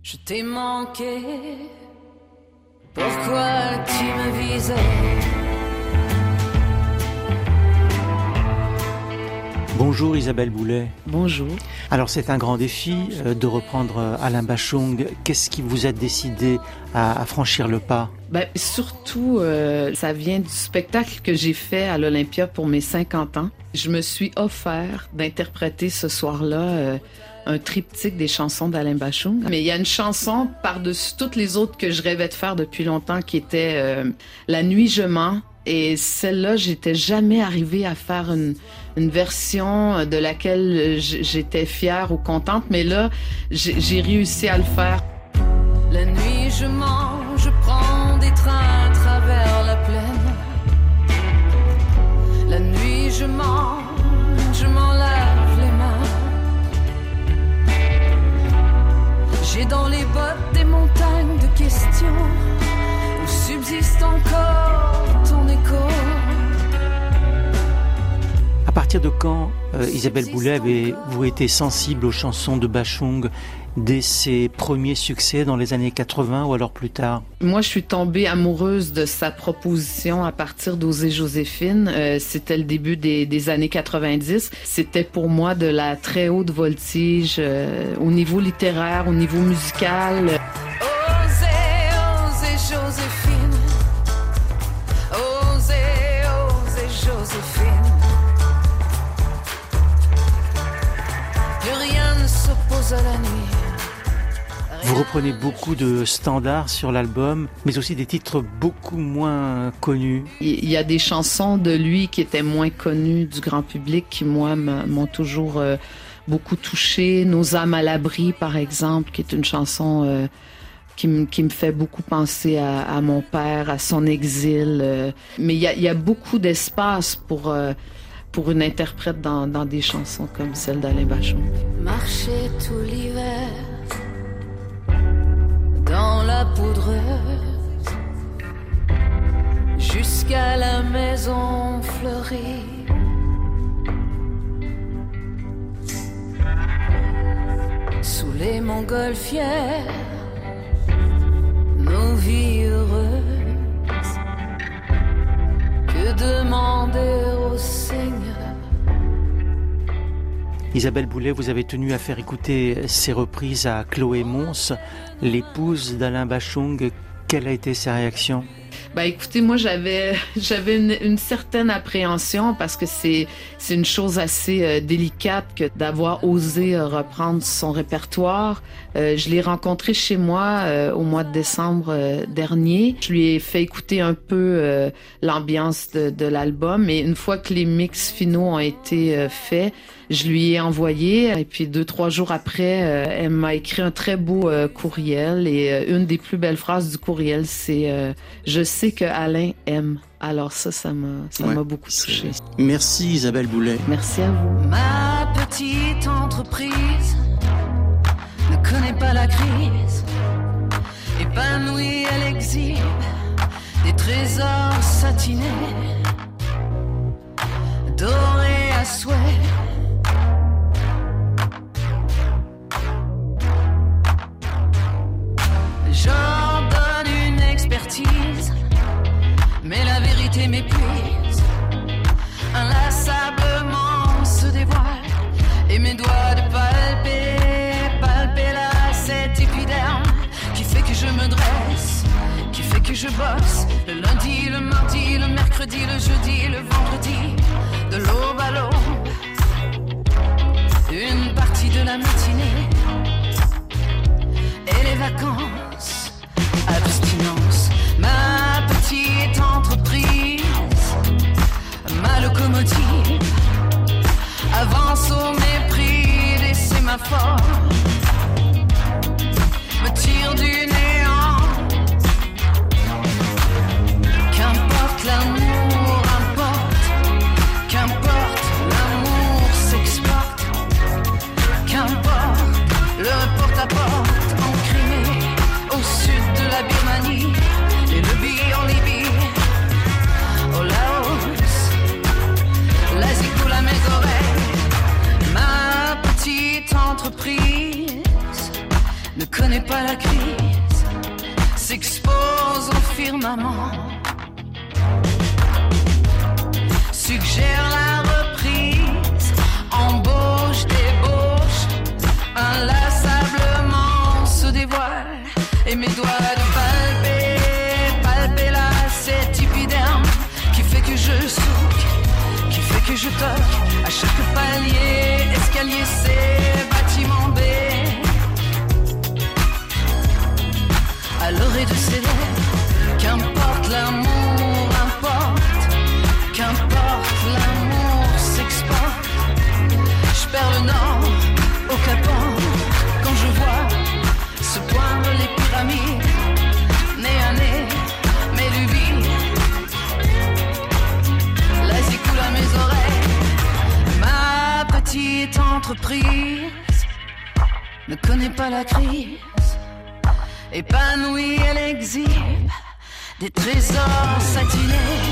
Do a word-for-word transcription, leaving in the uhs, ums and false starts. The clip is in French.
Je t'ai manqué, pourquoi tu me visais? Bonjour Isabelle Boulay. Bonjour. Alors c'est un grand défi euh, de reprendre euh, Alain Bachung. Qu'est-ce qui vous a décidé à, à franchir le pas? Ben, surtout, euh, ça vient du spectacle que j'ai fait à l'Olympia pour mes cinquante ans. Je me suis offert d'interpréter ce soir-là euh, un triptyque des chansons d'Alain Bachung. Mais il y a une chanson par-dessus toutes les autres que je rêvais de faire depuis longtemps qui était euh, La nuit je mens. Et celle-là, j'étais jamais arrivée à faire une, une version de laquelle j'étais fière ou contente. Mais là, j'ai, j'ai réussi à le faire. La nuit je mens, je prends des trains à travers la plaine. La nuit je mens, je m'en lave les mains. J'ai dans les bottes des montagnes de questions où subsiste encore ton écho. À partir de quand, euh, Isabelle Boulay, avez-vous été sensible aux chansons de Bachung dès ses premiers succès dans les années quatre-vingts ou alors plus tard? Moi, je suis tombée amoureuse de sa proposition à partir d'Oser Joséphine. Euh, c'était le début des, des années quatre-vingt-dix. C'était pour moi de la très haute voltige euh, au niveau littéraire, au niveau musical. Osez, osez Joséphine. Osez, osez Joséphine. Plus rien ne s'oppose à la nuit. Vous reprenez beaucoup de standards sur l'album, mais aussi des titres beaucoup moins connus. Il y a des chansons de lui qui étaient moins connues du grand public qui, moi, m'ont toujours euh, beaucoup touchée. Nos âmes à l'abri, par exemple, qui est une chanson euh, qui, m- qui me fait beaucoup penser à, à mon père, à son exil. Euh. Mais il y a, il y a beaucoup d'espace pour, euh, pour une interprète dans, dans des chansons comme celle d'Alain Bachung. Marcher tout l'hiver dans la poudreuse jusqu'à la maison fleurie. Sous les montgolfières, nos vies heureuses. Que demander au Seigneur? Isabelle Boulay, vous avez tenu à faire écouter ces reprises à Chloé Mons, l'épouse d'Alain Bachung. Quelle a été sa réaction? Ben écoutez, moi j'avais j'avais une, une certaine appréhension parce que c'est c'est une chose assez euh, délicate que d'avoir osé euh, reprendre son répertoire. Euh, je l'ai rencontré chez moi euh, au mois de décembre euh, dernier. Je lui ai fait écouter un peu euh, l'ambiance de, de l'album et une fois que les mix finaux ont été euh, faits, je lui ai envoyé et puis deux, trois jours après, euh, elle m'a écrit un très beau euh, courriel et euh, une des plus belles phrases du courriel, c'est euh, « Je sais que Alain aime ». Alors ça, ça m'a, ça ouais, m'a beaucoup touchée. Merci Isabelle Boulay. Merci à vous. Ma petite entreprise ne connaît pas la crise. Épanouie, elle exhibe des trésors satinés, dorés à souhait. J'en donne une expertise, mais la vérité m'épuise. Inlassablement se dévoile et mes doigts de palper, palper là cet épiderme qui fait que je me dresse, qui fait que je bosse le lundi, le mardi, le mercredi, le jeudi, le vendredi, de l'aube à l'aube, une partie de la matinée et les vacances, abstinence, ma petite entreprise, ma locomotive avance au mépris des sémaphores, me tire du néant. Qu'importe l'amour, importe, qu'importe l'amour s'exporte, qu'importe pas la crise, s'expose au firmament, suggère la reprise, embauche, débauche, inlassablement se dévoile, et mes doigts de palper, palper là, cet épiderme qui fait que je souque, qui fait que je toque à chaque palier, escalier C, bâtiment B. À l'oreille de ses lèvres, qu'importe l'amour, importe, qu'importe l'amour s'exporte. Je perds le nord au Capon quand je vois se poindre les pyramides, nez à nez, mes lubies. L'Asie coule à mes oreilles, ma petite entreprise ne connaît pas la crise. Épanouie, elle exhibe des trésors satinés,